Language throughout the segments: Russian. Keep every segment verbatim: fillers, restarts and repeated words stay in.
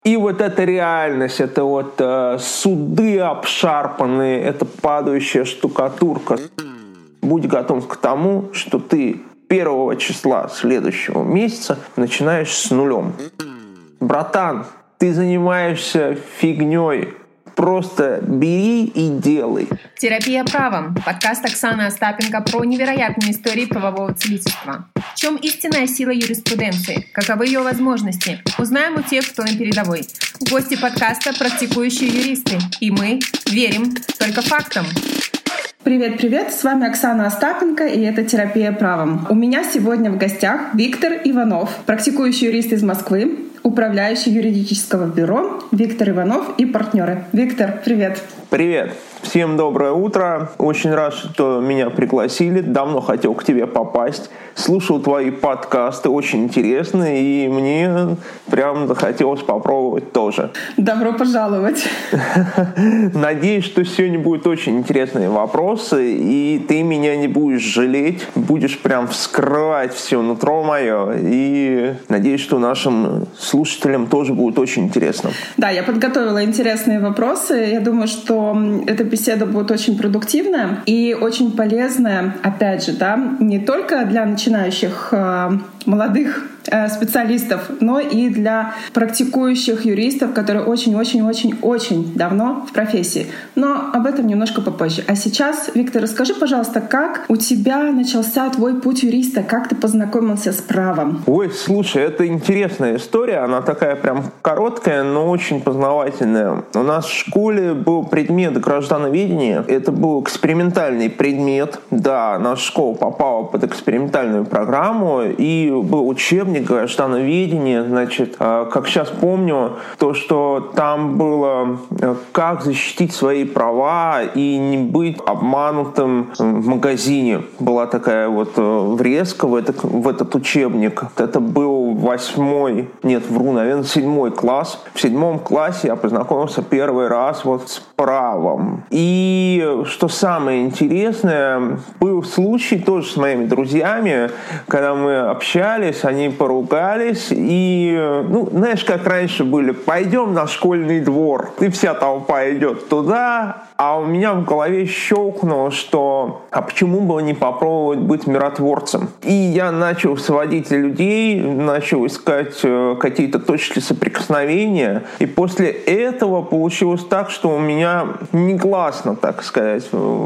И вот эта реальность, это вот э, суды обшарпанные, это падающая штукатурка. Будь готов к тому, что ты первого числа следующего месяца начинаешь с нулем. Братан, ты занимаешься фигней. Просто бери и делай. Терапия правом. Подкаст Оксаны Остапенко про невероятные истории правового целительства. В чем истинная сила юриспруденции? Каковы ее возможности? Узнаем у тех, кто на передовой. Гости подкаста — практикующие юристы. И мы верим только фактам. Привет-привет, с вами Оксана Остапенко, и это «Терапия правом». У меня сегодня в гостях Виктор Иванов, практикующий юрист из Москвы, управляющий юридического бюро Виктор Иванов и партнеры. Виктор, привет. Привет. Всем доброе утро. Очень рад, что меня пригласили. Давно хотел к тебе попасть. Слушал твои подкасты, очень интересные, и мне прям захотелось попробовать тоже. Добро пожаловать. Надеюсь, что сегодня будут очень интересные вопросы, и ты меня не будешь жалеть, будешь прям вскрывать все нутро мое, и надеюсь, что нашим слушателям тоже будет очень интересно. Да, я подготовила интересные вопросы. Я думаю, что эта беседа будет очень продуктивная и очень полезная, опять же, да, не только для начинающих э, молодых э, специалистов, но и для практикующих юристов, которые очень-очень-очень-очень давно в профессии. Но об этом немножко попозже. А сейчас, Виктор, расскажи, пожалуйста, как у тебя начался твой путь юриста, как ты познакомился с правом? Ой, слушай, это интересная история, она такая прям короткая, но очень познавательная. У нас в школе был предмет граждановедения, это был экспериментальный предмет, да, наша школа попала под экспериментальную программу, и был учебник граждановедения, значит, как сейчас помню, то, что там было, как защитить свои права и не быть обманутым в магазине. Была такая вот врезка в этот, в этот учебник. Это был восьмой, нет, вру, наверное, седьмой класс. В седьмом классе я познакомился первый раз вот с правом. И что самое интересное, был случай тоже с моими друзьями, когда мы общались, они поругались, и, ну, знаешь, как раньше были, пойдем на школьный двор, и вся толпа идет туда, а у меня в голове щелкнуло, что а почему бы не попробовать быть миротворцем? И я начал сводить людей, начал искать какие-то точки соприкосновения, и после этого получилось так, что у меня негласно, так сказать,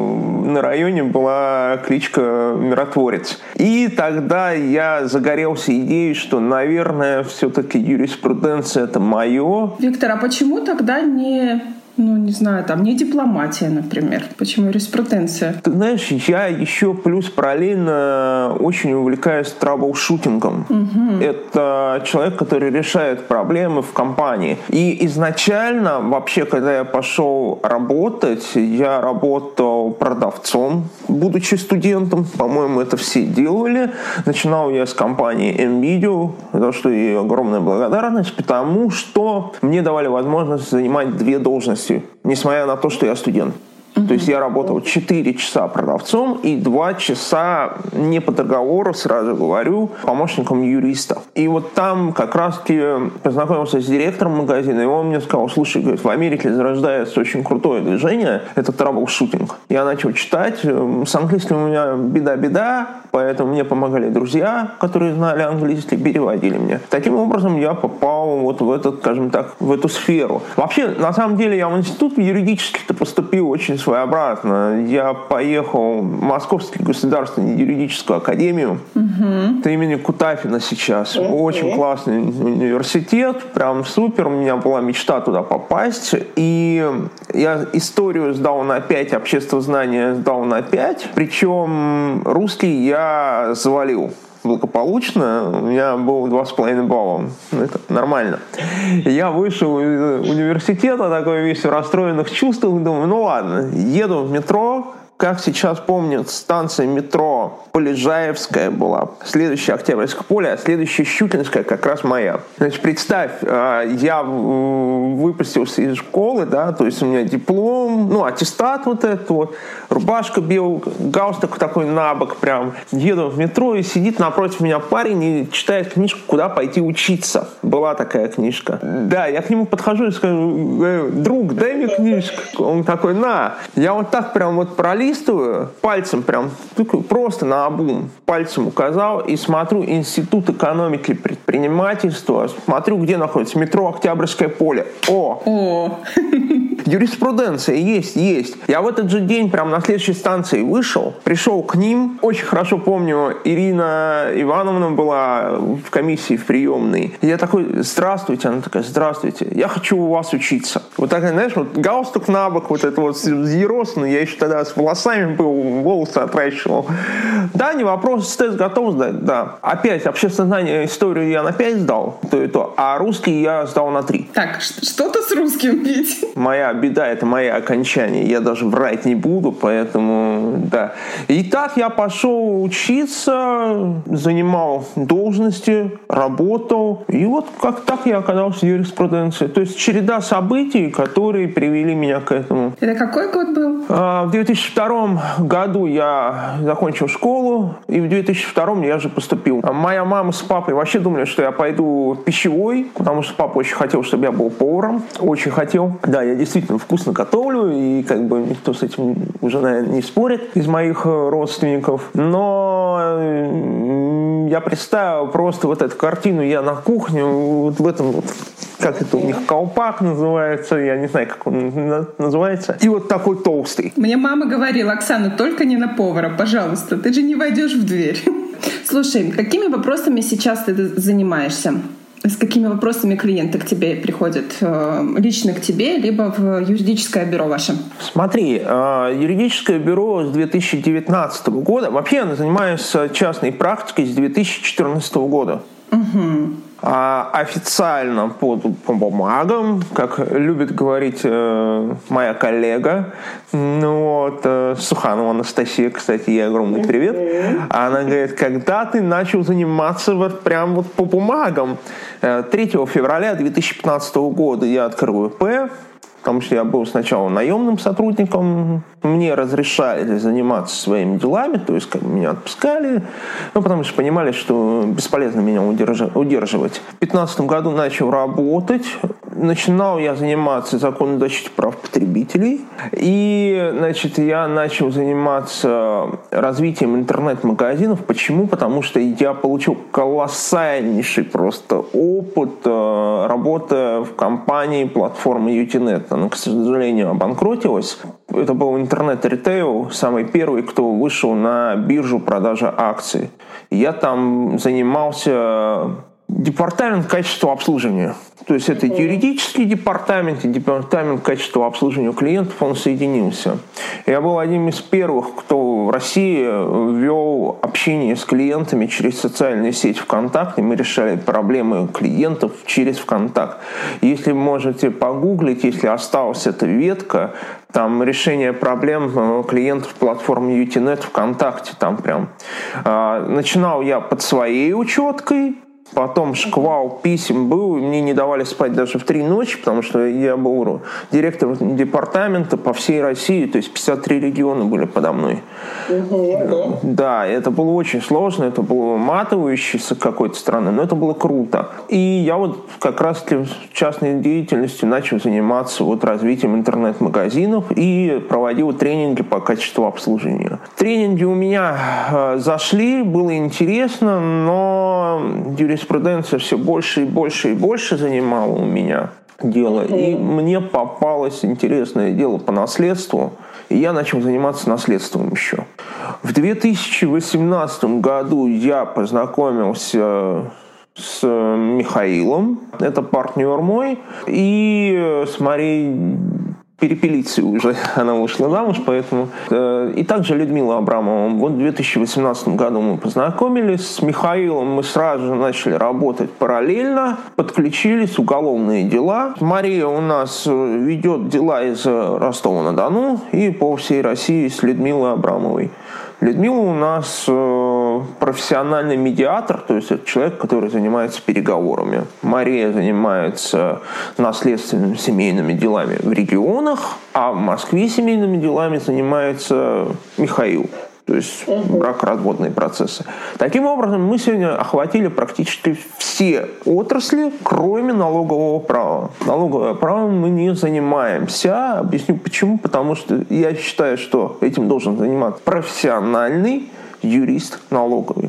на районе была кличка «Миротворец». И тогда я загорелся идеей, что, наверное, все-таки юриспруденция — это мое. Виктор, а почему тогда не... Ну, не знаю, там, не дипломатия, например. Почему юриспруденция? Ты знаешь, я еще плюс параллельно очень увлекаюсь траблшутингом. Угу. Это человек, который решает проблемы в компании. И изначально, вообще, когда я пошел работать, я работал продавцом, будучи студентом. По-моему, это все делали. Начинал я с компании M-Video, за что ей огромная благодарность, потому что мне давали возможность занимать две должности, несмотря на то, что я студент. Uh-huh. То есть я работал четыре часа продавцом и два часа, не по договору, сразу говорю, помощником юриста. И вот там как раз-таки познакомился с директором магазина, и он мне сказал: слушай, говорит, в Америке зарождается очень крутое движение, это траблшутинг. Я начал читать, с английским у меня беда-беда, поэтому мне помогали друзья, которые знали английский, переводили мне. Таким образом я попал вот в этот, скажем так, в эту сферу. Вообще, на самом деле, я в институт юридически-то поступил очень своеобразно. Я поехал в Московский государственный юридическую академию. Угу. Это имени Кутафина сейчас. Угу. Очень классный университет, прям супер. У меня была мечта туда попасть. И я историю сдал на пять, обществознание сдал на пять. Причем русский я завалил благополучно, у меня было два с половиной балла. Это нормально. Я вышел из университета, такой весь в расстроенных чувствах, думаю, ну ладно, еду в метро, Как сейчас помню, станция метро Полежаевская была, следующая Октябрьское поле, а следующая Щукинская как раз моя. Значит, представь, я выпустился из школы, да, то есть у меня диплом, ну, аттестат вот этот вот, рубашка белая, галстук такой на бок прям. Еду в метро, и сидит напротив меня парень и читает книжку «Куда пойти учиться». Была такая книжка. Да, я к нему подхожу и скажу: друг, дай мне книжку. Он такой: на. Я вот так прям вот пролистываю, пальцем прям, просто наобум, пальцем указал и смотрю Институт экономики и предпринимательства, смотрю, где находится метро Октябрьское поле. О! О! Юриспруденция есть, есть. Я в этот же день прям на следующей станции вышел, пришел к ним. Очень хорошо помню, Ирина Ивановна была в комиссии, в приемной. И я такой: здравствуйте. Она такая: здравствуйте, я хочу у вас учиться. Вот так, знаешь, вот галстук на бок, вот это вот взъерошенный. Я еще тогда с волосами был, волосы отращивал. Да, не вопрос, тест готов сдать, да. Опять общественное знание, историю я на пять сдал, то и то, а русский я сдал на три. Так, что-то с русским ведь. Моя беда — это мои окончания. Я даже врать не буду, поэтому, да. И так я пошел учиться, занимал должности, работал. И вот как так я оказался в юриспруденции. То есть череда событий, которые привели меня к этому. Это какой год был? В две тысячи втором году я закончил школу, и в две тысячи втором я же поступил. Моя мама с папой вообще думали, что я пойду пищевой, потому что папа очень хотел, чтобы я был поваром. Очень хотел. Да, я действительно вкусно готовлю, и как бы никто с этим уже, наверное, не спорит из моих родственников. Но я представил просто вот эту картину: я на кухне, вот в этом вот, как это у них, колпак называется, я не знаю, как он называется, и вот такой толстый. Мне мама говорила: Оксана, только не на повара, пожалуйста, ты же не войдешь в дверь. Слушай, какими вопросами сейчас ты занимаешься? С какими вопросами клиенты к тебе приходят? Лично к тебе, либо в юридическое бюро ваше? Смотри, юридическое бюро с две тысячи девятнадцатого года. Вообще я занимаюсь частной практикой с две тысячи четырнадцатого года. Угу. А официально по, по бумагам, как любит говорить э, моя коллега, ну вот, э, Суханова Анастасия, кстати, ей огромный привет. Она говорит: когда ты начал заниматься вот прям вот по бумагам? третьего февраля две тысячи пятнадцатого года я открыл ИП, потому что я был сначала наемным сотрудником, мне разрешали заниматься своими делами, то есть как бы меня отпускали, ну, потому что понимали, что бесполезно меня удерживать. В две тысячи пятнадцатом году начал работать, начинал я заниматься законом защиты прав потребителей, и, значит, я начал заниматься развитием интернет-магазинов. Почему? Потому что я получил колоссальнейший просто опыт работы в компании платформы Ютинет. Она, к сожалению, обанкротилась. Это был интернет-ритейл, самый первый, кто вышел на биржу продажи акций. Я там занимался департамент качества обслуживания. То есть это юридический департамент и департамент качества обслуживания клиентов, он соединился. Я был одним из первых, кто в России ввел общение с клиентами через социальную сеть ВКонтакте. Мы решали проблемы клиентов через ВКонтакт. Если можете погуглить, если осталась эта ветка, там решение проблем клиентов платформы Ютинет ВКонтакте, там прям. Начинал я под своей учеткой. Потом шквал писем был, мне не давали спать даже в три ночи, потому что я был директор департамента по всей России, то есть пятьдесят три региона были подо мной. Угу. Да, это было очень сложно, это было матывающе с какой-то стороны, но это было круто. И я вот как раз частной деятельностью начал заниматься вот развитием интернет-магазинов и проводил тренинги по качеству обслуживания. Тренинги у меня э, зашли, было интересно, но юриспруденция все больше и больше и больше занимала у меня дело. И мне попалось интересное дело по наследству. И я начал заниматься наследством еще. В две тысячи восемнадцатом году я познакомился с Михаилом. Это партнер мой. И с Марией перепелицей уже она вышла замуж, поэтому... И также Людмила Абрамова. Вот в две тысячи восемнадцатом году мы познакомились. С Михаилом мы сразу же начали работать параллельно, подключились, уголовные дела. Мария у нас ведет дела из Ростова-на-Дону и по всей России с Людмилой Абрамовой. Людмила у нас э, профессиональный медиатор, то есть это человек, который занимается переговорами. Мария занимается наследственными семейными делами в регионах, а в Москве семейными делами занимается Михаил. То есть бракоразводные процессы. Таким образом, мы сегодня охватили практически все отрасли, кроме налогового права. Налоговое право мы не занимаемся. Объясню почему. Потому что я считаю, что этим должен заниматься профессиональный юрист налоговый.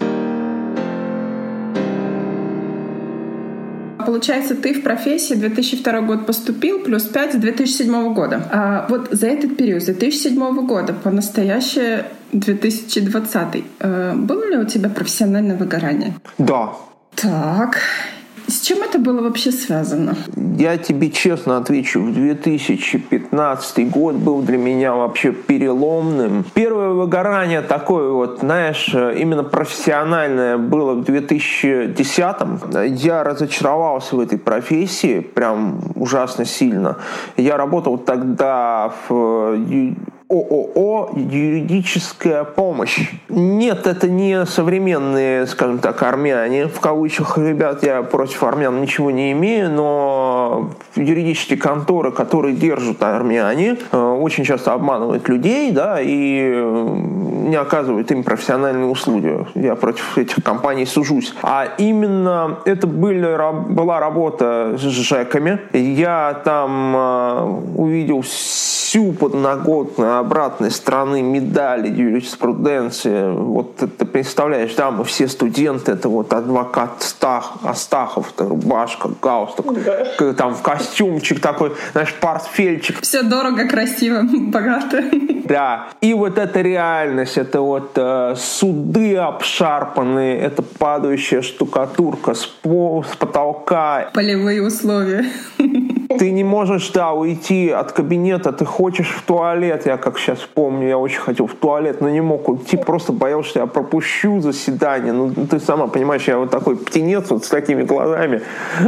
Получается, ты в профессии две тысячи второй год поступил, плюс пять с две тысячи седьмого года. А вот за этот период, с две тысячи седьмого года по настоящее две тысячи двадцатый, было ли у тебя профессиональное выгорание? Да. Так. С чем это было вообще связано? Я тебе честно отвечу, в две тысячи пятнадцатый год был для меня вообще переломным. Первое выгорание такое вот, знаешь, именно профессиональное было в две тысячи десятом. Я разочаровался в этой профессии прям ужасно сильно. Я работал тогда в ООО «Юридическая помощь». Нет, это не современные, скажем так, армяне, в кавычках, ребят, я против армян ничего не имею, но юридические конторы, которые держат армяне, очень часто обманывают людей, да, и не оказывают им профессиональные услуги. Я против этих компаний сужусь. А именно это были, была работа с ЖЭКами. Я там увидел всю подноготную обратной стороны медали юриспруденции. Вот ты, ты представляешь, да, мы все студенты, это вот адвокат Стах, Астахов, это рубашка, галстук, да. Там в костюмчик такой, знаешь, портфельчик. Все дорого, красиво, богато. Да, и вот эта реальность, это вот э, суды обшарпанные, это падающая штукатурка с, пол, с потолка. Полевые условия. Ты не можешь, да, уйти от кабинета, ты хочешь в туалет. Я как сейчас помню, я очень хотел в туалет, но не мог уйти, просто боялся, что я пропущу заседание. Ну, ты сама понимаешь, я вот такой птенец вот с такими глазами.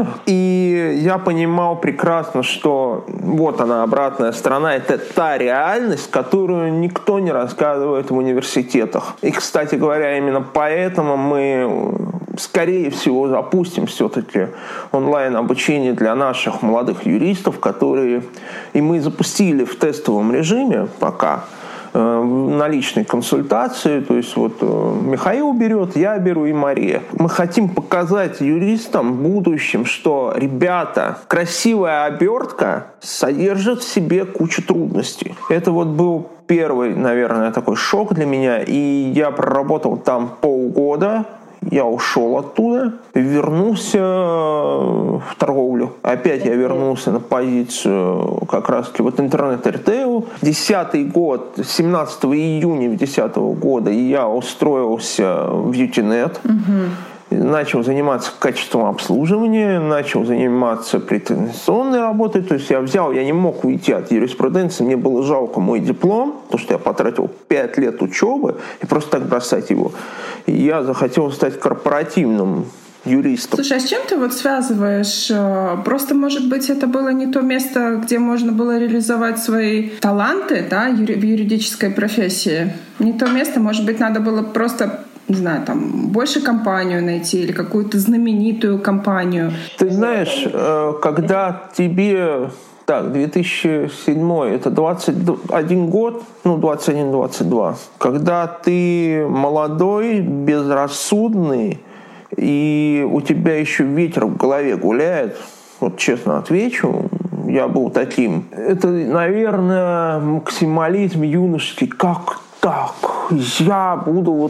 И я понимал прекрасно, что вот она, обратная сторона, это та реальность, которую никто не рассказывает в университетах. И, кстати говоря, именно поэтому мы, скорее всего, запустим все-таки онлайн-обучение для наших молодых юристов, которые... И мы запустили в тестовом режиме пока э, на личной консультации. То есть вот э, Михаил берет, я беру и Мария. Мы хотим показать юристам будущим, что, ребята, красивая обертка содержит в себе кучу трудностей. Это вот был первый, наверное, такой шок для меня. И я проработал там полгода. Я ушел оттуда, вернулся в торговлю. Опять я вернулся на позицию как раз-таки вот интернет-ритейл. Десятый год, семнадцатого июня две тысячи десятого года я устроился в Ютинет. Угу. Начал заниматься качеством обслуживания, начал заниматься претензионной работой. То есть я взял, я не мог уйти от юриспруденции, мне было жалко мой диплом, потому что я потратил пять лет учебы, и просто так бросать его. И я захотел стать корпоративным юристом. Слушай, а с чем ты вот связываешь? Просто, может быть, это было не то место, где можно было реализовать свои таланты, да, в юридической профессии? Не то место, может быть, надо было просто... не знаю, там, больше компанию найти или какую-то знаменитую компанию. Ты знаешь, когда тебе... Так, две тысячи седьмой, это двадцать один год, ну, двадцать один - двадцать два. Когда ты молодой, безрассудный, и у тебя еще ветер в голове гуляет, вот честно отвечу, я был таким. Это, наверное, максимализм юношеский. Как так? Я буду вот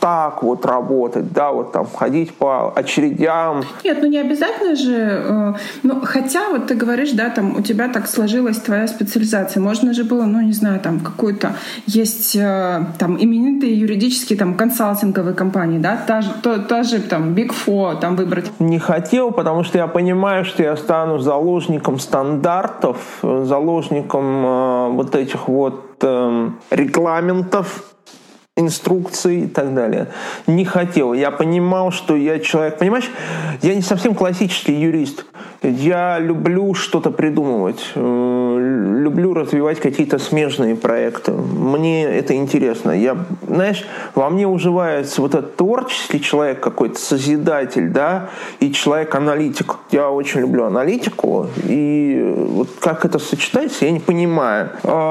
так вот работать, да, вот там ходить по очередям. Нет, ну не обязательно же, э, ну хотя вот ты говоришь, да, там у тебя так сложилась твоя специализация, можно же было, ну не знаю, там какую-то есть э, там именитые юридические там консалтинговые компании, да, та же, то, та же там Big Four там выбрать. Не хотел, потому что я понимаю, что я стану заложником стандартов, заложником э, вот этих вот э, регламентов, инструкций и так далее. Не хотел. Я понимал, что я человек... Понимаешь, я не совсем классический юрист. Я люблю что-то придумывать. Люблю развивать какие-то смежные проекты. Мне это интересно. Я, знаешь, во мне уживается вот этот творческий человек какой-то, созидатель, да, и человек-аналитик. Я очень люблю аналитику. И вот как это сочетается, я не понимаю.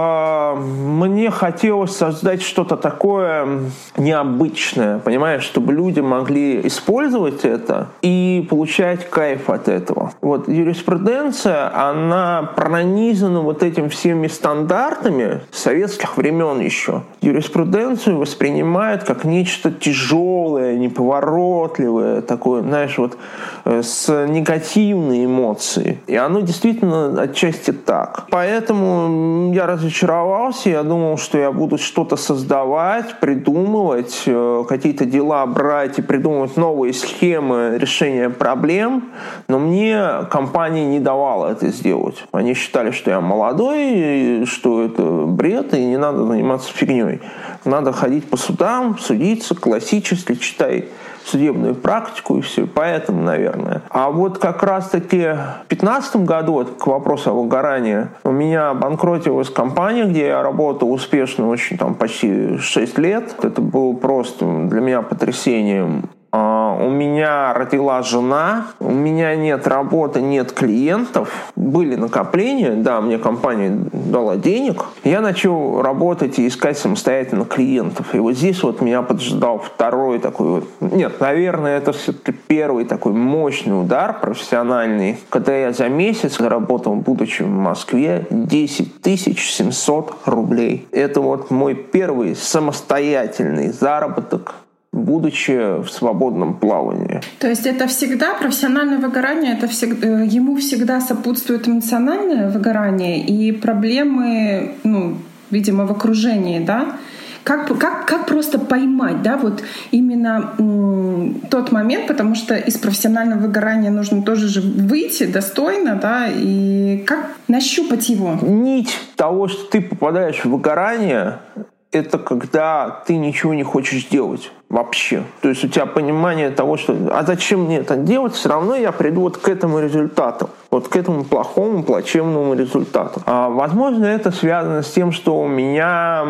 Мне хотелось создать что-то такое необычное, понимаешь, чтобы люди могли использовать это и получать кайф от этого. Вот юриспруденция, она пронизана вот этими всеми стандартами советских времен еще. Юриспруденцию воспринимают как нечто тяжелое, неповоротливое, такое, знаешь, вот с негативной эмоцией. И оно действительно отчасти так. Поэтому я разочаровался, я думал, что я буду что-то создавать, придумывать, какие-то дела брать и придумывать новые схемы решения проблем, но мне компания не давала это сделать. Они считали, что я молодой, что это бред, и не надо заниматься фигней. Надо ходить по судам, судиться, классически, читай судебную практику и все. Поэтому, наверное. А вот как раз-таки в две тысячи пятнадцатом году, вот к вопросу о выгорании, у меня обанкротилась компания, где я работал успешно очень, там, почти шесть лет. Это было просто для меня потрясением. У меня родила жена, у меня нет работы, нет клиентов, были накопления, да, мне компания дала денег. Я начал работать и искать самостоятельно клиентов. И вот здесь вот меня поджидал второй такой вот... Нет, наверное, это все-таки первый такой мощный удар профессиональный, когда я за месяц заработал, будучи в Москве, десять тысяч семьсот рублей. Это вот мой первый самостоятельный заработок, будучи в свободном плавании. То есть это всегда профессиональное выгорание, это всегда, ему всегда сопутствует эмоциональное выгорание и проблемы, ну, видимо, в окружении, да? Как, как, как просто поймать, да, вот именно м, тот момент, потому что из профессионального выгорания нужно тоже же выйти достойно, да, и как нащупать его? Нить того, что ты попадаешь в выгорание, это когда ты ничего не хочешь делать вообще. То есть у тебя понимание того, что а зачем мне это делать, все равно я приду вот к этому результату. Вот к этому плохому, плачевному результату. А, возможно, это связано с тем, что у меня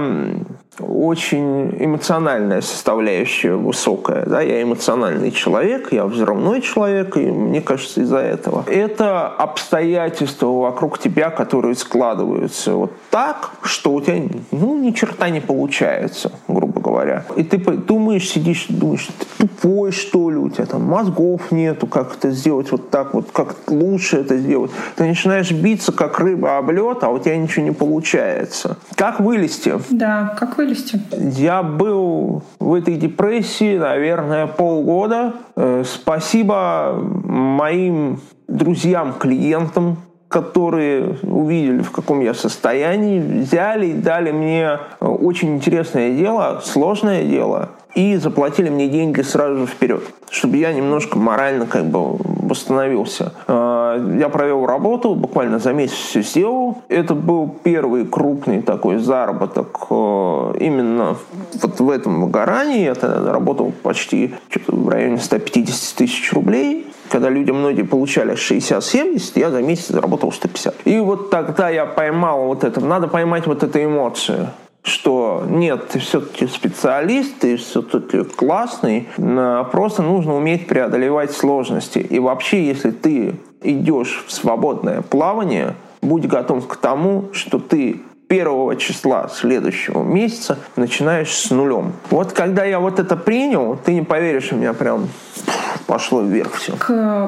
очень эмоциональная составляющая высокая. Да? Я эмоциональный человек, я взрывной человек, и мне кажется, из-за этого. Это обстоятельства вокруг тебя, которые складываются вот так, что у тебя ну, ни черта не получается, грубо говоря. И ты думаешь, сидишь, думаешь, ты тупой, что ли, у тебя там мозгов нету, как это сделать вот так вот, как лучше это сделать. Ты начинаешь биться, как рыба об лед, а у тебя ничего не получается. Как вылезти? Да, как вылезти? Я был в этой депрессии, наверное, полгода. Спасибо моим друзьям, клиентам, которые увидели, в каком я состоянии, взяли и дали мне очень интересное дело, сложное дело, и заплатили мне деньги сразу же вперед, чтобы я немножко морально как бы восстановился. Я провел работу, буквально за месяц все сделал. Это был первый крупный такой заработок именно вот в этом выгорании. Я тогда работал почти что-то в районе сто пятьдесят тысяч рублей. Когда люди многие получали шестьдесят-семьдесят, я за месяц заработал сто пятьдесят. И вот тогда я поймал вот это. Надо поймать вот эту эмоцию, что нет, ты все-таки специалист, ты все-таки классный, просто нужно уметь преодолевать сложности. И вообще, если ты идешь в свободное плавание, будь готов к тому, что ты первого числа следующего месяца начинаешь с нулем. Вот когда я вот это принял, ты не поверишь, у меня прям пошло вверх все. К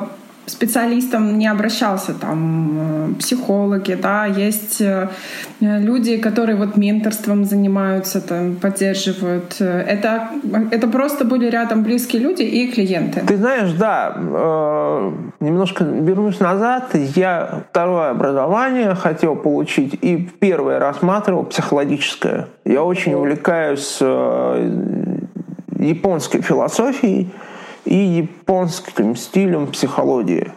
специалистам не обращался, там психологи, да, есть люди, которые вот менторством занимаются, там, поддерживают. Это, это просто были рядом близкие люди и клиенты. Ты знаешь, да, э, немножко вернусь назад. Я второе образование хотел получить и первое рассматривал психологическое. Я очень увлекаюсь э, японской философией и японским стилем психологии.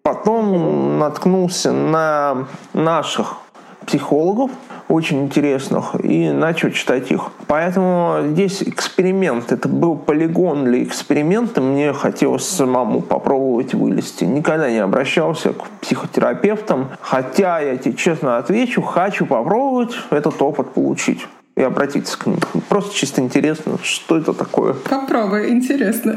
Потом наткнулся на наших психологов, очень интересных, и начал читать их. Поэтому здесь эксперимент. Это был полигон для эксперимента. Мне хотелось самому попробовать вылезти. Никогда не обращался к психотерапевтам. Хотя, я тебе честно отвечу, хочу попробовать этот опыт получить и обратиться к ним. Просто чисто интересно, что это такое. Попробуй, интересно.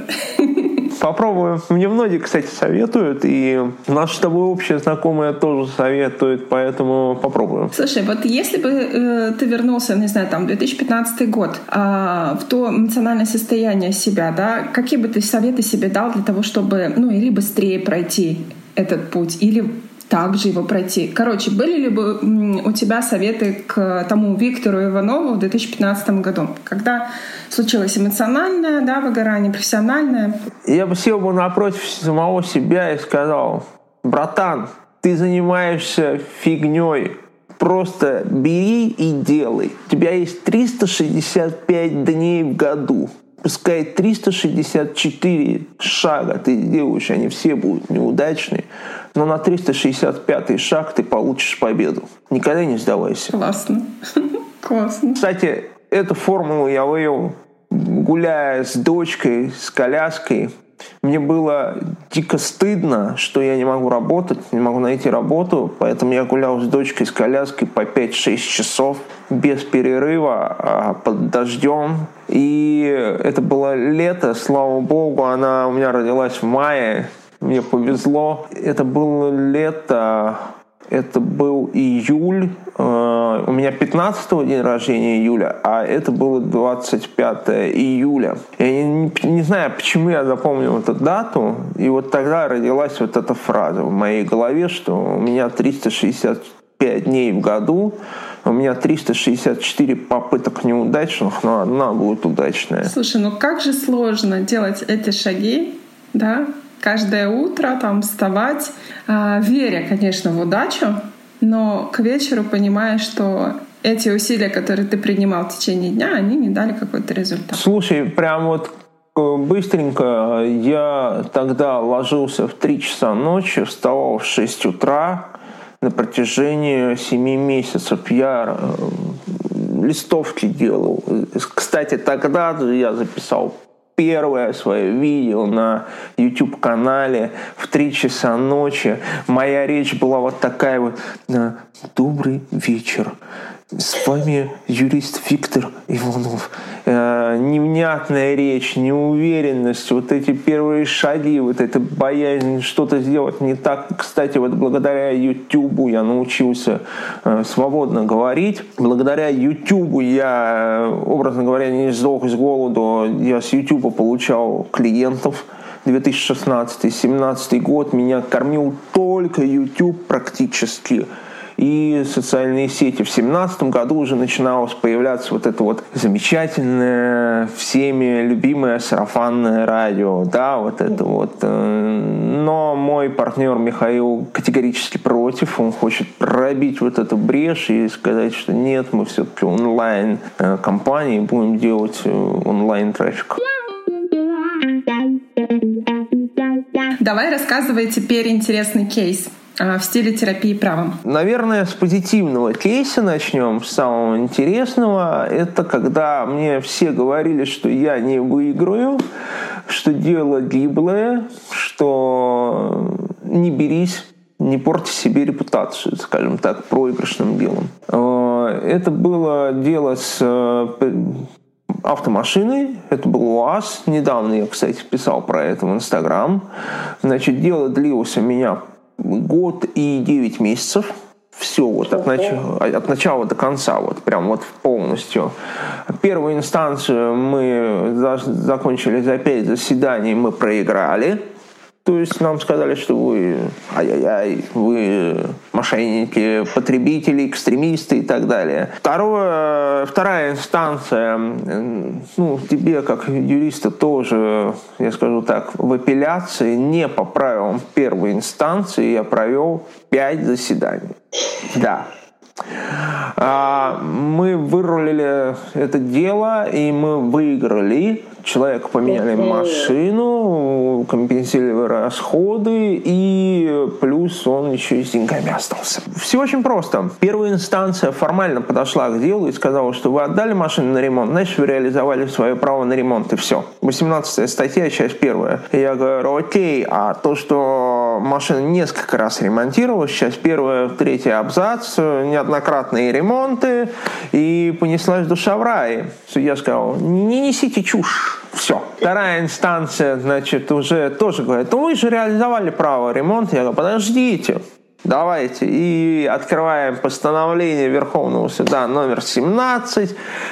Попробую. Мне многие, кстати, советуют, и наши с тобой общие знакомые тоже советуют, поэтому попробую. Слушай, вот если бы э, ты вернулся, не знаю, там, две тысячи пятнадцатый год, э, в то эмоциональное состояние себя, да, какие бы ты советы себе дал для того, чтобы, ну, или быстрее пройти этот путь, или также его пройти? Короче, были ли бы у тебя советы к тому Виктору Иванову в две тысячи пятнадцатом году, когда случилось эмоциональное, да, выгорание, профессиональное? Я бы сел бы напротив самого себя и сказал: братан, ты занимаешься фигней. Просто бери и делай. У тебя есть триста шестьдесят пять дней в году. Пускай триста шестьдесят четыре шага ты делаешь, они все будут неудачные, но на триста шестьдесят пятый шаг ты получишь победу. Никогда не сдавайся. Классно. Классно. Кстати, эту формулу я вывел, гуляя с дочкой, с коляской. Мне было дико стыдно, что я не могу работать, не могу найти работу, поэтому я гулял с дочкой с коляской по пять-шесть часов без перерыва, под дождем. И это было лето, слава богу, она у меня родилась в мае, мне повезло. Это было лето, это был июль, у меня пятнадцатого день рождения июля, а это было двадцать пятого июля. Я не, не знаю, почему я запомнил эту дату, и вот тогда родилась вот эта фраза в моей голове, что у меня триста шестьдесят пять дней в году, у меня триста шестьдесят четыре попыток неудачных, но одна будет удачная. Слушай, ну как же сложно делать эти шаги, да? Каждое утро там вставать, э, веря, конечно, в удачу, но к вечеру понимая, что эти усилия, которые ты принимал в течение дня, они не дали какой-то результат. Слушай, прям вот быстренько я тогда ложился в три часа ночи, вставал в шесть утра. На протяжении семи месяцев я листовки делал. Кстати, тогда я записал первое свое видео на YouTube-канале в три часа ночи. Моя речь была вот такая вот: «Добрый вечер. С вами юрист Виктор Иванов». Э, невнятная речь, неуверенность, вот эти первые шаги, вот эта боязнь что-то сделать не так. Кстати, вот благодаря YouTube я научился э, свободно говорить. Благодаря YouTube я, образно говоря, не сдох с голоду. Я с YouTube получал клиентов. две тысячи шестнадцатый — две тысячи семнадцатый год меня кормил только YouTube практически. И социальные сети. В две тысячи семнадцатом году уже начиналось появляться вот это вот замечательное, всеми любимое сарафанное радио. Да, вот это вот. Но мой партнер Михаил категорически против. Он хочет пробить вот эту брешь и сказать, что нет, мы все-таки онлайн-компании, будем делать онлайн-трафик. Давай рассказывай теперь интересный кейс в стиле терапии правом. Наверное, с позитивного кейса начнем, с самого интересного. Это когда мне все говорили, что я не выиграю, что дело гиблое, что не берись, не порти себе репутацию, скажем так, проигрышным делом. Это было дело с автомашиной, это был УАЗ. Недавно я, кстати, писал про это в Инстаграм. Значит, дело длилось у меня год и девять месяцев. Все вот от начала, от начала до конца, вот прям вот полностью. Первую инстанцию мы за, закончили за пять заседаний, мы проиграли. То есть нам сказали, что вы ай-яй-яй, вы мошенники, потребители, экстремисты и так далее. Второе, вторая инстанция, ну, тебе как юриста тоже, я скажу так, в апелляции не по правилам первой инстанции я провел пять заседаний. Да. Мы вырулили это дело, и мы выиграли. Человеку поменяли машину, компенсировали расходы, и плюс он еще и с деньгами остался. Все очень просто. Первая инстанция формально подошла к делу и сказала, что вы отдали машину на ремонт, значит, вы реализовали свое право на ремонт, и все. восемнадцатая статья, часть первая. И я говорю, окей, а то, что машина несколько раз ремонтировалась, часть первая, третий абзац, неоднократные ремонты, и понеслась душа в рай. Судья сказал, не несите чушь. Все. Вторая инстанция, значит, уже тоже говорит, ну вы же реализовали право ремонта. Я говорю, подождите, давайте. И открываем постановление Верховного суда номер семнадцать,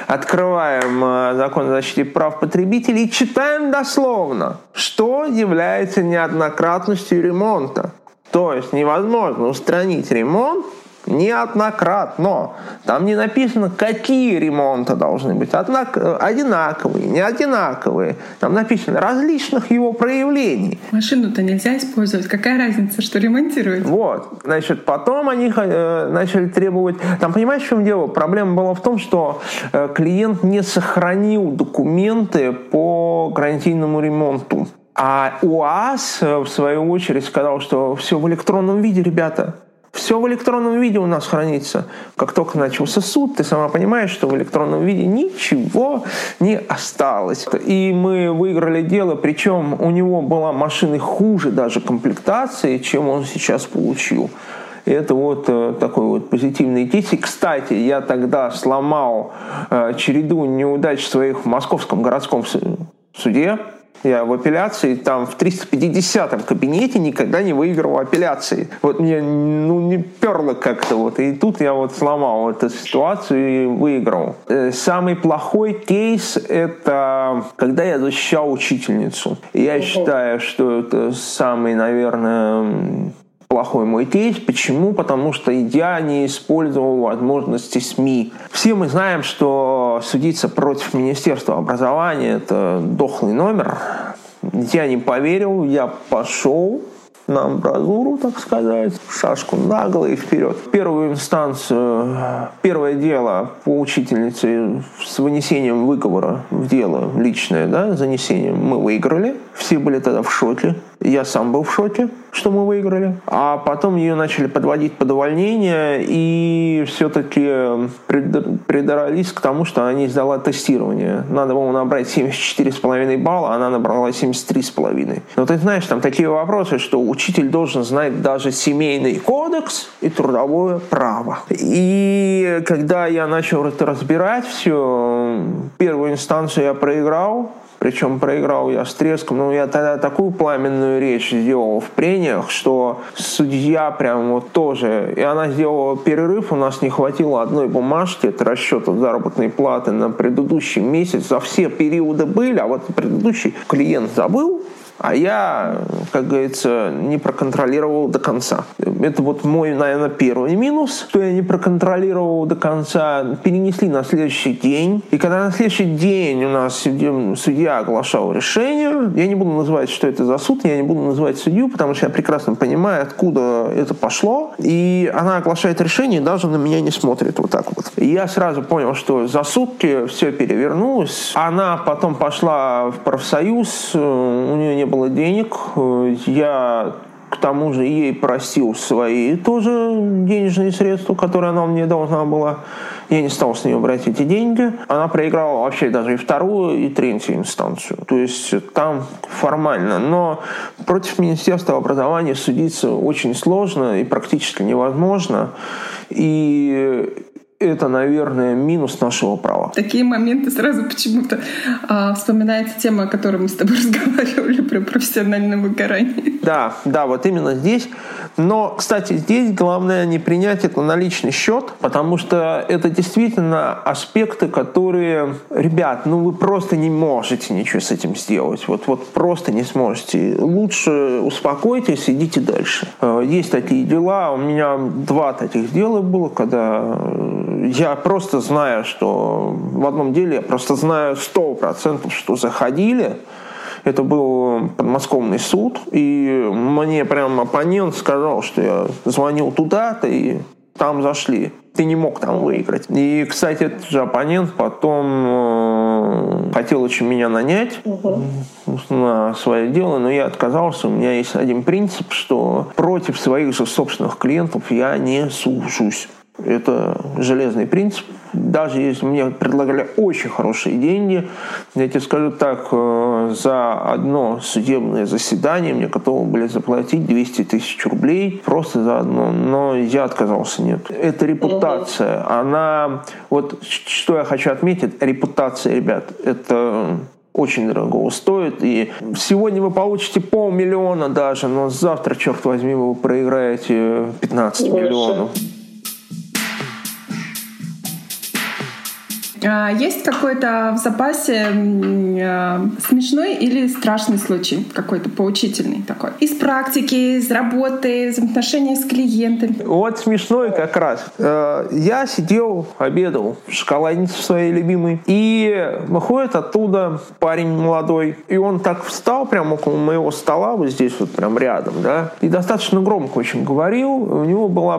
открываем закон о защите прав потребителей и читаем дословно, что является неоднократностью ремонта. То есть невозможно устранить ремонт неоднократно. Там не написано, какие ремонты должны быть. Однако, одинаковые, не одинаковые. Там написано различных его проявлений. Машину-то нельзя использовать. Какая разница, что ремонтировать? Вот. Значит, потом они э, начали требовать... Там, понимаешь, в чем дело? Проблема была в том, что э, клиент не сохранил документы по гарантийному ремонту. А УАЗ, в свою очередь, сказал, что все в электронном виде, ребята. Все в электронном виде у нас хранится. Как только начался суд, ты сама понимаешь, что в электронном виде ничего не осталось. И мы выиграли дело, причем у него была машина хуже даже комплектации, чем он сейчас получил. И это вот э, такой вот позитивный кейс. И, кстати, я тогда сломал э, череду неудач своих в Московском городском суде. Я в апелляции, там в триста пятидесятом кабинете никогда не выигрывал апелляции. Вот мне, ну, не перло как-то вот. И тут я вот сломал эту ситуацию и выиграл. Самый плохой кейс — это когда я защищал учительницу. Я считаю, что это самый, наверное, плохой мой кейс. Почему? Потому что я не использовал возможности СМИ. Все мы знаем, что судиться против Министерства образования — это дохлый номер. Я не поверил, я пошел на амбразуру, так сказать, шашку нагло и вперед. Первую инстанцию, первое дело по учительнице с вынесением выговора в дело личное, да, занесением, мы выиграли. Все были тогда в шоке. Я сам был в шоке, что мы выиграли. А потом ее начали подводить под увольнение, и все-таки придрались к тому, что она не сдала тестирование. Надо было набрать семьдесят четыре с половиной балла, а она набрала семьдесят три с половиной. Но ты знаешь, там такие вопросы, что учитель должен знать даже семейный кодекс и трудовое право. И когда я начал это разбирать все, первую инстанцию я проиграл. Причем проиграл я с треском, но я тогда такую пламенную речь сделал в прениях, что судья прям вот тоже, и она сделала перерыв, у нас не хватило одной бумажки, это расчет от заработной платы на предыдущий месяц, за все периоды были, а вот предыдущий клиент забыл, а я, как говорится, не проконтролировал до конца. Это вот мой, наверное, первый минус, что я не проконтролировал до конца. Перенесли на следующий день. И когда на следующий день у нас судья оглашал решение, я не буду называть, что это за суд, я не буду называть судью, потому что я прекрасно понимаю, откуда это пошло. И она оглашает решение и даже на меня не смотрит вот так вот. И я сразу понял, что за сутки все перевернулось. Она потом пошла в профсоюз, у нее не было денег, я к тому же ей простил свои тоже денежные средства, которые она мне должна была. Я не стал с нее брать эти деньги. Она проиграла вообще даже и вторую, и третью инстанцию. То есть там формально. Но против Министерства образования судиться очень сложно и практически невозможно. И это, наверное, минус нашего права. В такие моменты сразу почему-то а, вспоминается тема, о которой мы с тобой разговаривали, про профессиональное выгорание. Да, да, вот именно здесь. Но, кстати, здесь главное не принять это на личный счет, потому что это действительно аспекты, которые, ребят, ну вы просто не можете ничего с этим сделать. Вот, вот просто не сможете. Лучше успокойтесь, идите дальше. Есть такие дела. У меня два таких дела было, когда я просто знаю, что в одном деле я просто знаю сто процентов, что заходили. Это был подмосковный суд, и мне прям оппонент сказал, что я звонил туда-то, и там зашли. Ты не мог там выиграть. И, кстати, этот же оппонент потом э, хотел очень меня нанять угу. на свое дело, но я отказался. У меня есть один принцип, что против своих же собственных клиентов я не сужусь. Это железный принцип. Даже если мне предлагали очень хорошие деньги, я тебе скажу так, за одно судебное заседание мне готовы были заплатить двести тысяч рублей просто за одно, но я отказался, нет. Это репутация, она, вот что я хочу отметить, репутация, ребят, это очень дорого стоит, и сегодня вы получите полмиллиона даже, но завтра, черт возьми, вы проиграете пятнадцать миллионов. Есть какой-то в запасе смешной или страшный случай, какой-то поучительный такой? Из практики, из работы, из отношений с клиентами? Вот смешной как раз. Я сидел, обедал в шоколаднице своей любимой, и выходит оттуда парень молодой, и он так встал прямо около моего стола, вот здесь вот прям рядом, да, и достаточно громко очень говорил. У него была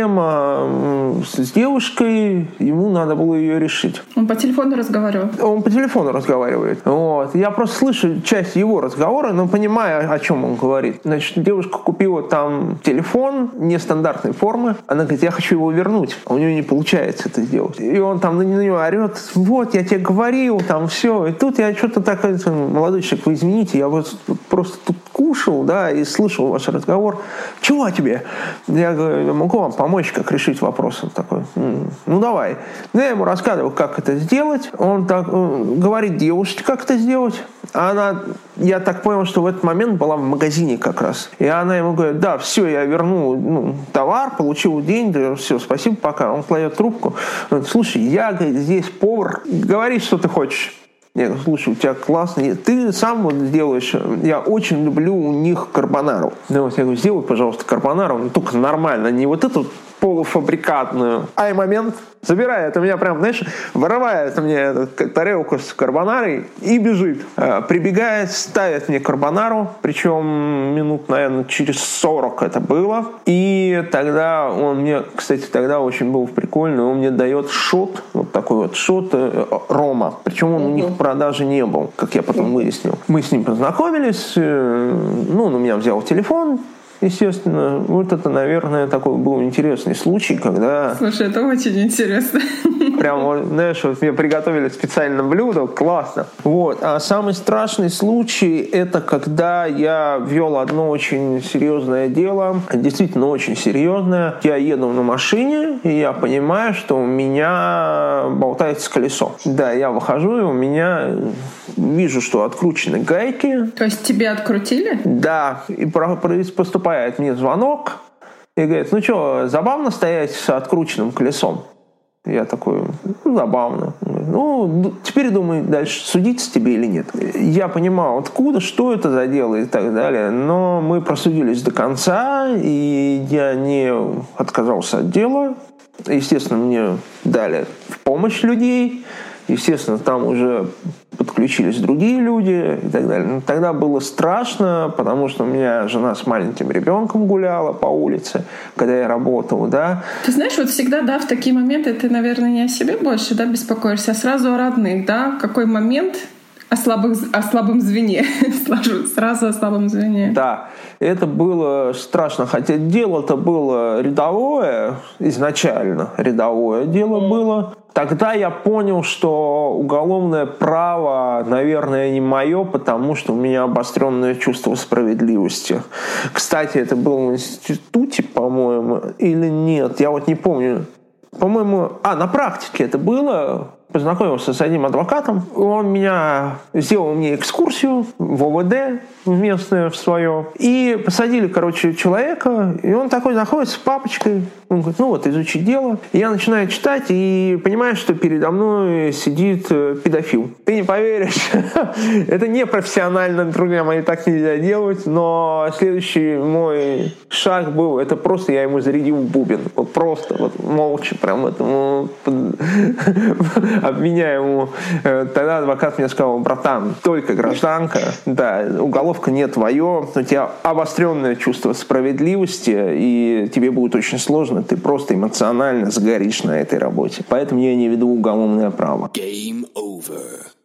проблема с девушкой, ему надо было ее решить. Он по телефону разговаривал? Он по телефону разговаривает. Вот. Я просто слышу часть его разговора, но понимаю, о чем он говорит. Значит, девушка купила там телефон нестандартной формы. Она говорит, я хочу его вернуть. А у нее не получается это сделать. И он там на нее орет, вот, я тебе говорил, там все. И тут я что-то так, молодой человек, вы извините, я вот просто тут кушал, да, и слышал ваш разговор. Чего тебе? Я говорю, я могу вам помочь, как решить вопрос? Он такой, ну давай. Ну, я ему рассказывал, как это сделать. Он так он говорит девушке, как это сделать. А она, я так понял, что в этот момент была в магазине как раз. И она ему говорит, да, все, я вернул ну, товар, получил деньги, все, спасибо, пока. Он кладет трубку. Он говорит, слушай, я говорит, здесь повар, говори, что ты хочешь. Я говорю, слушай, у тебя классно. Ты сам вот делаешь. Я очень люблю у них карбонару. Ну, вот я говорю, сделай, пожалуйста, карбонару, но только нормально, не вот эту полуфабрикатную. Ай, момент, забирает у меня прям, знаешь, вырывает мне эту тарелку с карбонарой и бежит. Прибегает, ставит мне карбонару, причем минут, наверное, через сорок это было. И тогда он мне, кстати, тогда очень был прикольный, он мне дает шот, вот такой вот шот рома. Причем он у них в продаже не был, как я потом выяснил. Мы с ним познакомились, ну, он у меня взял телефон, естественно, вот это, наверное, такой был интересный случай, когда... Слушай, это очень интересно. Прям, знаешь, вот мне приготовили специально блюдо, классно. Вот. А самый страшный случай, это когда я вел одно очень серьезное дело, действительно очень серьезное. Я еду на машине, и я понимаю, что у меня болтается колесо. Да, я выхожу, и у меня вижу, что откручены гайки. То есть тебе открутили? Да, и поступает мне звонок, и говорит, ну что, забавно стоять с открученным колесом? Я такой, ну, забавно. Ну, теперь думаю, дальше судиться тебе или нет. Я понимал, откуда, что это за дело и так далее, но мы просудились до конца, и я не отказался от дела. Естественно, мне дали в помощь людей. Естественно, там уже подключились другие люди и так далее. Но тогда было страшно, потому что у меня жена с маленьким ребенком гуляла по улице, когда я работал, да. Ты знаешь, вот всегда, да, в такие моменты ты, наверное, не о себе больше, да, беспокоишься, а сразу о родных, да? Какой момент о, слабых, о слабом звене. Сразу о слабом звене. Да, это было страшно. Хотя дело-то было рядовое, изначально рядовое дело mm. было. Тогда я понял, что уголовное право, наверное, не мое, потому что у меня обостренное чувство справедливости. Кстати, это было в институте, по-моему, или нет, я вот не помню. По-моему, а, на практике это было. познакомился с одним адвокатом. Он меня сделал мне экскурсию в ОВД местное в свое. И посадили, короче, человека. И он такой заходит с папочкой. Он говорит, ну вот, изучи дело. И я начинаю читать и понимаю, что передо мной сидит педофил. Ты не поверишь. Это не профессионально, друзья мои, так нельзя делать. Но следующий мой шаг был, это просто я ему зарядил бубен. Вот просто, вот молча, прям этому обвиняю ему. Тогда адвокат мне сказал, братан, только гражданка, да, уголовка не твое, у тебя обостренное чувство справедливости, и тебе будет очень сложно, ты просто эмоционально сгоришь на этой работе. Поэтому я не веду уголовное право. Game over.